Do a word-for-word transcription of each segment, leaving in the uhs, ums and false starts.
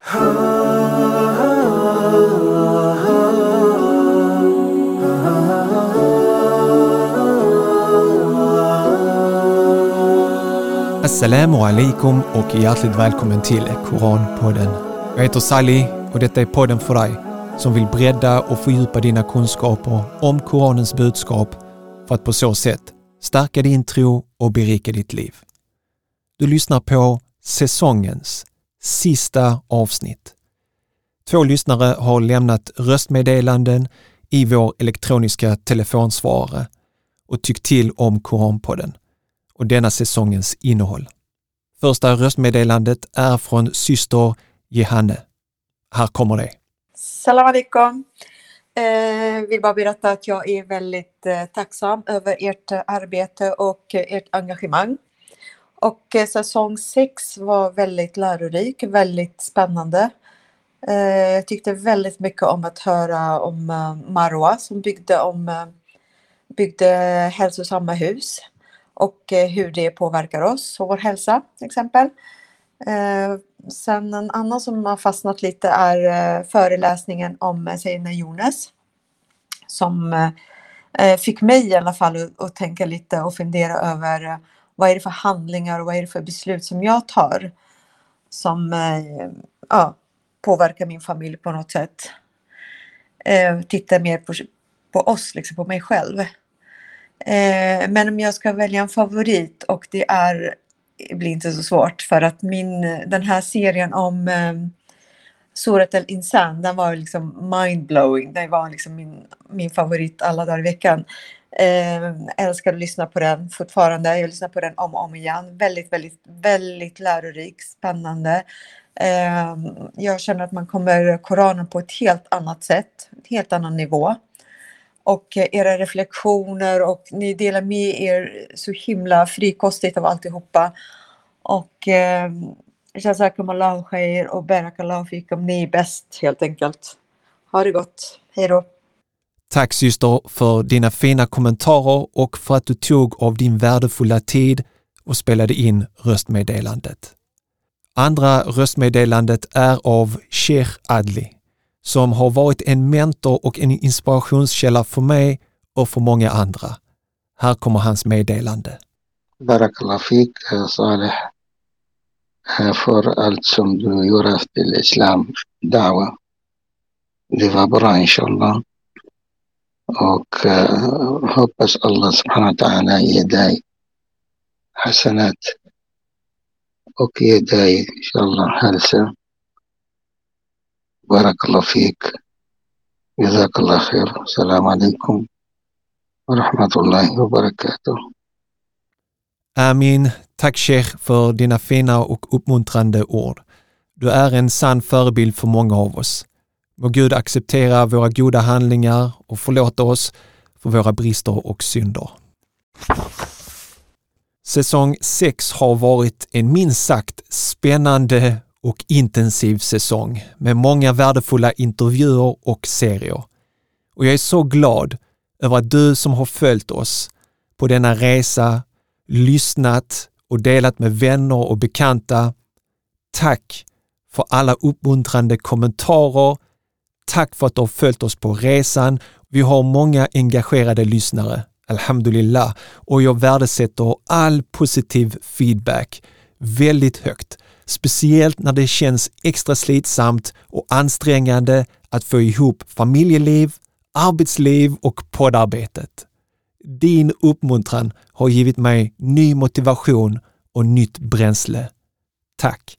Assalamu alaikum och hjärtligt välkommen till Koranpodden. Jag heter Sally och detta är podden för dig som vill bredda och fördjupa dina kunskaper om Koranens budskap för att på så sätt stärka din tro och berika ditt liv. Du lyssnar på säsongens sista avsnitt. Två lyssnare har lämnat röstmeddelanden i vår elektroniska telefonsvarare och tyckt till om Koranpodden och denna säsongens innehåll. Första röstmeddelandet är från syster Jehanne. Här kommer det. Salam alaikum. Eh, vill bara berätta att jag är väldigt eh, tacksam över ert arbete och ert engagemang. Och eh, säsong sex var väldigt lärorik, väldigt spännande. Eh, jag tyckte väldigt mycket om att höra om eh, Marwa som byggde, om, eh, byggde hälsosamma hus. Och eh, hur det påverkar oss och vår hälsa till exempel. Eh, sen en annan som har fastnat lite är eh, föreläsningen om eh, Sayyidina Yunus. Som eh, fick mig i alla fall att, att tänka lite och fundera över eh, vad är det för handlingar och vad är det för beslut som jag tar. Som eh, ja, påverkar min familj på något sätt. Eh, titta mer på, på oss, liksom på mig själv. Eh, men om jag ska välja en favorit, och det är det blir inte så svårt för att min, den här serien om eh, Surat al-Insan, den var liksom mindblowing. Det var liksom min, min favorit alla dagar i veckan. Eh, älskar att lyssna på den fortfarande. Jag lyssnar på den om och om igen. Väldigt, väldigt, väldigt lärorik, spännande. Eh, jag känner att man kommer Koranen på ett helt annat sätt, ett helt annan nivå. Och era reflektioner, och ni delar med er så himla frikostigt av alltihopa. Och eh, jazakumullahu khair och barakallahu fikum, ni är bäst helt enkelt. Ha det gott, hej då. Tack syster för dina fina kommentarer och för att du tog av din värdefulla tid och spelade in röstmeddelandet. Andra röstmeddelandet är av Sheikh Adli, som har varit en mentor och en inspirationskälla för mig och för många andra. Här kommer hans meddelande. Barakallahu fik, Saleh, för allt som du gör till islam, da'wa. Det var bra, inshallah. Och uh, hoppas Allah subhanahu wa ta'ala ger dig hasanat och ger dig, inshallah, hälsa. Barakallahu fik. Jazakallah khair. Salam alaikum wa rahmatullahi wa barakatuh. Amin. Tack Sheikh för dina fina och uppmuntrande ord. Du är en sann förebild för många av oss. Må Gud acceptera våra goda handlingar och förlåta oss för våra brister och synder. Säsong sex har varit en minst sagt spännande och intensiv säsong med många värdefulla intervjuer och serier. Och jag är så glad över att du som har följt oss på denna resa, lyssnat och delat med vänner och bekanta. Tack för alla uppmuntrande kommentarer. Tack för att du har följt oss på resan. Vi har många engagerade lyssnare, alhamdulillah, och jag värdesätter all positiv feedback väldigt högt. Speciellt när det känns extra slitsamt och ansträngande att få ihop familjeliv, arbetsliv och poddarbetet. Din uppmuntran har givit mig ny motivation och nytt bränsle. Tack!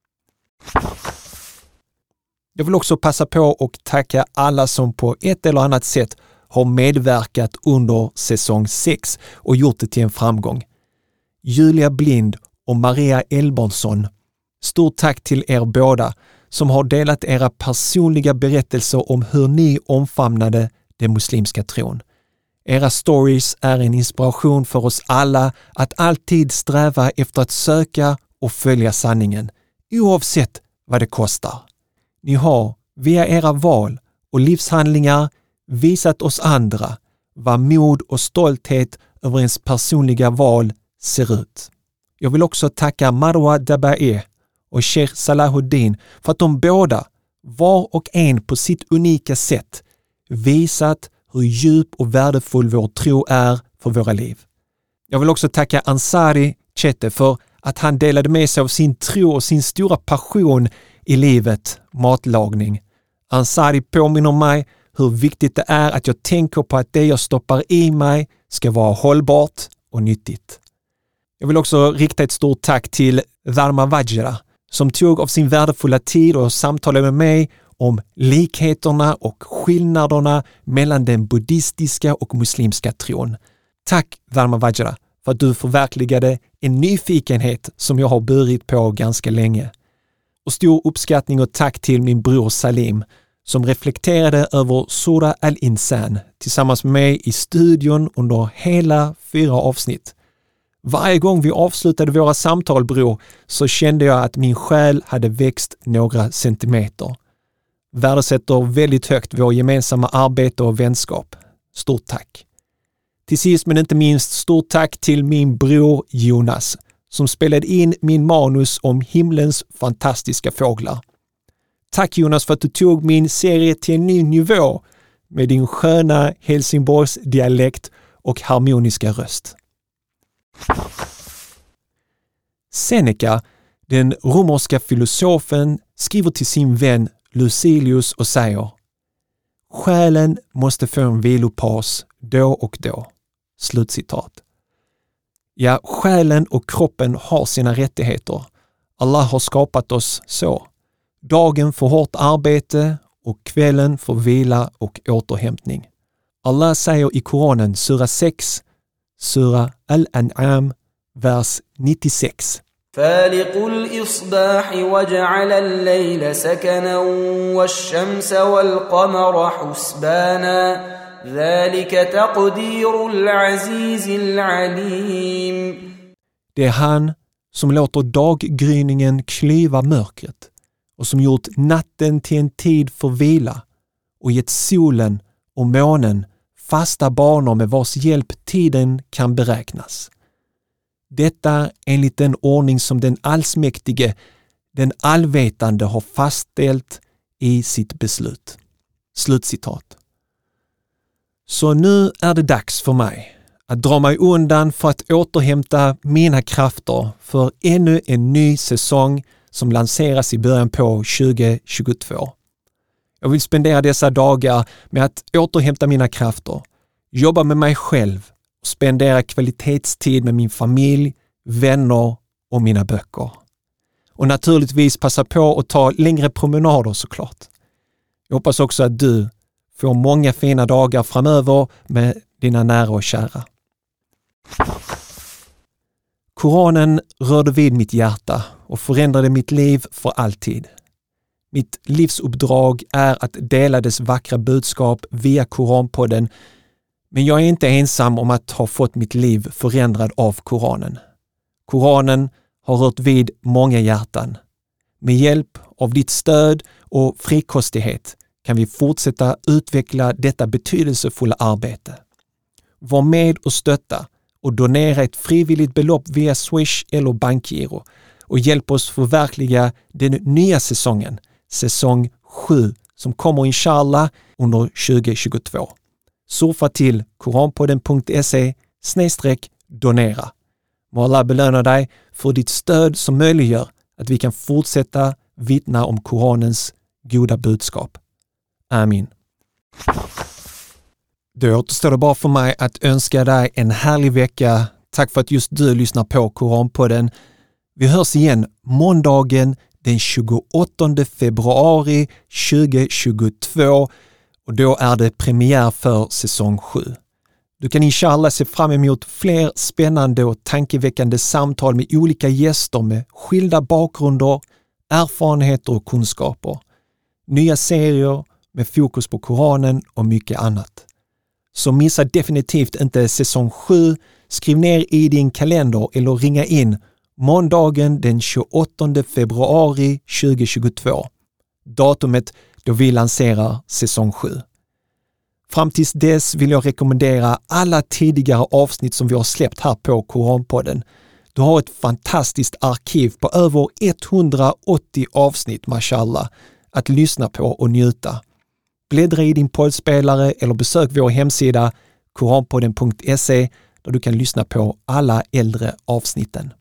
Jag vill också passa på och tacka alla som på ett eller annat sätt har medverkat under säsong sex och gjort det till en framgång. Julia Blind och Maria Elbonsson, stort tack till er båda som har delat era personliga berättelser om hur ni omfamnade den muslimska tron. Era stories är en inspiration för oss alla att alltid sträva efter att söka och följa sanningen, oavsett vad det kostar. Ni har via era val och livshandlingar visat oss andra vad mod och stolthet över ens personliga val ser ut. Jag vill också tacka Marwa Dabae och Sheikh Salahuddin för att de båda, var och en på sitt unika sätt, visat hur djup och värdefull vår tro är för våra liv. Jag vill också tacka Ansari Chete för att han delade med sig av sin tro och sin stora passion i livet, matlagning. Ansari påminner mig hur viktigt det är att jag tänker på att det jag stoppar i mig ska vara hållbart och nyttigt. Jag vill också rikta ett stort tack till Dharma Vajra som tog av sin värdefulla tid och samtalade med mig om likheterna och skillnaderna mellan den buddhistiska och muslimska tron. Tack Dharma Vajra för att du förverkligade en nyfikenhet som jag har burit på ganska länge. Och stor uppskattning och tack till min bror Salim som reflekterade över Sura al-Insan tillsammans med mig i studion under hela fyra avsnitt. Varje gång vi avslutade våra samtal, bror, så kände jag att min själ hade växt några centimeter. Värdesätter väldigt högt vår gemensamma arbete och vänskap. Stort tack. Till sist men inte minst, stort tack till min bror Jonas som spelade in min manus om himlens fantastiska fåglar. Tack Jonas för att du tog min serie till en ny nivå med din sköna Helsingborgs dialekt och harmoniska röst. Seneca, den romerska filosofen, skriver till sin vän Lucilius och säger: själen måste få en vilopaus då och då. Slutcitat. Ja, själen och kroppen har sina rättigheter. Allah har skapat oss så. Dagen för hårt arbete och kvällen för vila och återhämtning. Allah säger i Koranen, sura sex, sura Al-An'am, vers nittiosex. فالق الإصباح وجعل الليل سكنا والشمس والقمر حسبانا ذلك تقدير العزيز العليم. Det är han som låter daggryningen klyva mörkret och som gjort natten till en tid för vila och gett solen och månen fasta banor med vars hjälp tiden kan beräknas. Detta enligt den ordning som den allsmäktige, den allvetande har fastställt i sitt beslut. Slutcitat. Så nu är det dags för mig att dra mig undan för att återhämta mina krafter för ännu en ny säsong som lanseras i början på tjugo tjugotvå. Jag vill spendera dessa dagar med att återhämta mina krafter, jobba med mig själv och spendera kvalitetstid med min familj, vänner och mina böcker. Och naturligtvis passa på att ta längre promenader såklart. Jag hoppas också att du får många fina dagar framöver med dina nära och kära. Koranen rörde vid mitt hjärta och förändrade mitt liv för alltid. Mitt livsuppdrag är att dela dess vackra budskap via Koranpodden, men jag är inte ensam om att ha fått mitt liv förändrad av Koranen. Koranen har rört vid många hjärtan. Med hjälp av ditt stöd och frikostighet kan vi fortsätta utveckla detta betydelsefulla arbete. Var med och stötta och donera ett frivilligt belopp via Swish eller Bankgiro och hjälp oss förverkliga den nya säsongen, säsong sju, som kommer inshallah under tjugo tjugotvå. Surfa till koranpodden punkt se snedstreck donera. Må Allah belöna dig för ditt stöd som möjliggör att vi kan fortsätta vittna om Koranens goda budskap. Amin. Då återstår det bara för mig att önska dig en härlig vecka. Tack för att just du lyssnar på Koranpodden. Vi hörs igen måndagen den tjugoåttonde februari tjugo tjugotvå och då är det premiär för säsong sju. Du kan inshallah se fram emot fler spännande och tankeväckande samtal med olika gäster med skilda bakgrunder, erfarenheter och kunskaper. Nya serier med fokus på Koranen och mycket annat. Så missa definitivt inte säsong sju. Skriv ner i din kalender eller ringa in måndagen den tjugoåttonde februari tjugo tjugotvå. Datumet då vi lanserar säsong sju. Fram tills dess vill jag rekommendera alla tidigare avsnitt som vi har släppt här på Koranpodden. Du har ett fantastiskt arkiv på över etthundraåttio avsnitt, mashallah, att lyssna på och njuta. Bläddra i din poddspelare eller besök vår hemsida koranpodden punkt se där du kan lyssna på alla äldre avsnitten.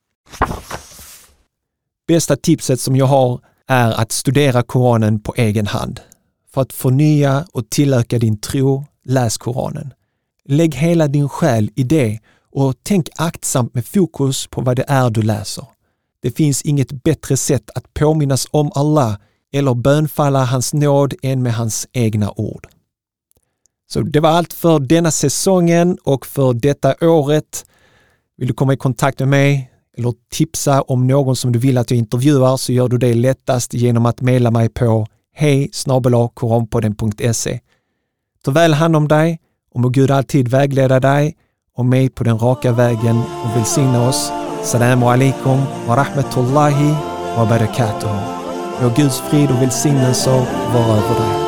Bästa tipset som jag har är att studera Koranen på egen hand. För att förnya och tillöka din tro, läs Koranen. Lägg hela din själ i det och tänk aktsamt med fokus på vad det är du läser. Det finns inget bättre sätt att påminnas om Allah eller bönfalla hans nåd än med hans egna ord. Så det var allt för denna säsongen och för detta året. Vill du komma i kontakt med mig eller tipsa om någon som du vill att jag intervjuar, så gör du det lättast genom att mejla mig på hej snabel-a koranpodden punkt se. Ta väl hand om dig och må Gud alltid vägleda dig och mig på den raka vägen och välsigna oss. Assalamu alaikum wa rahmatullahi wa barakatuhu. Må Guds frid och välsignelse vara över dig.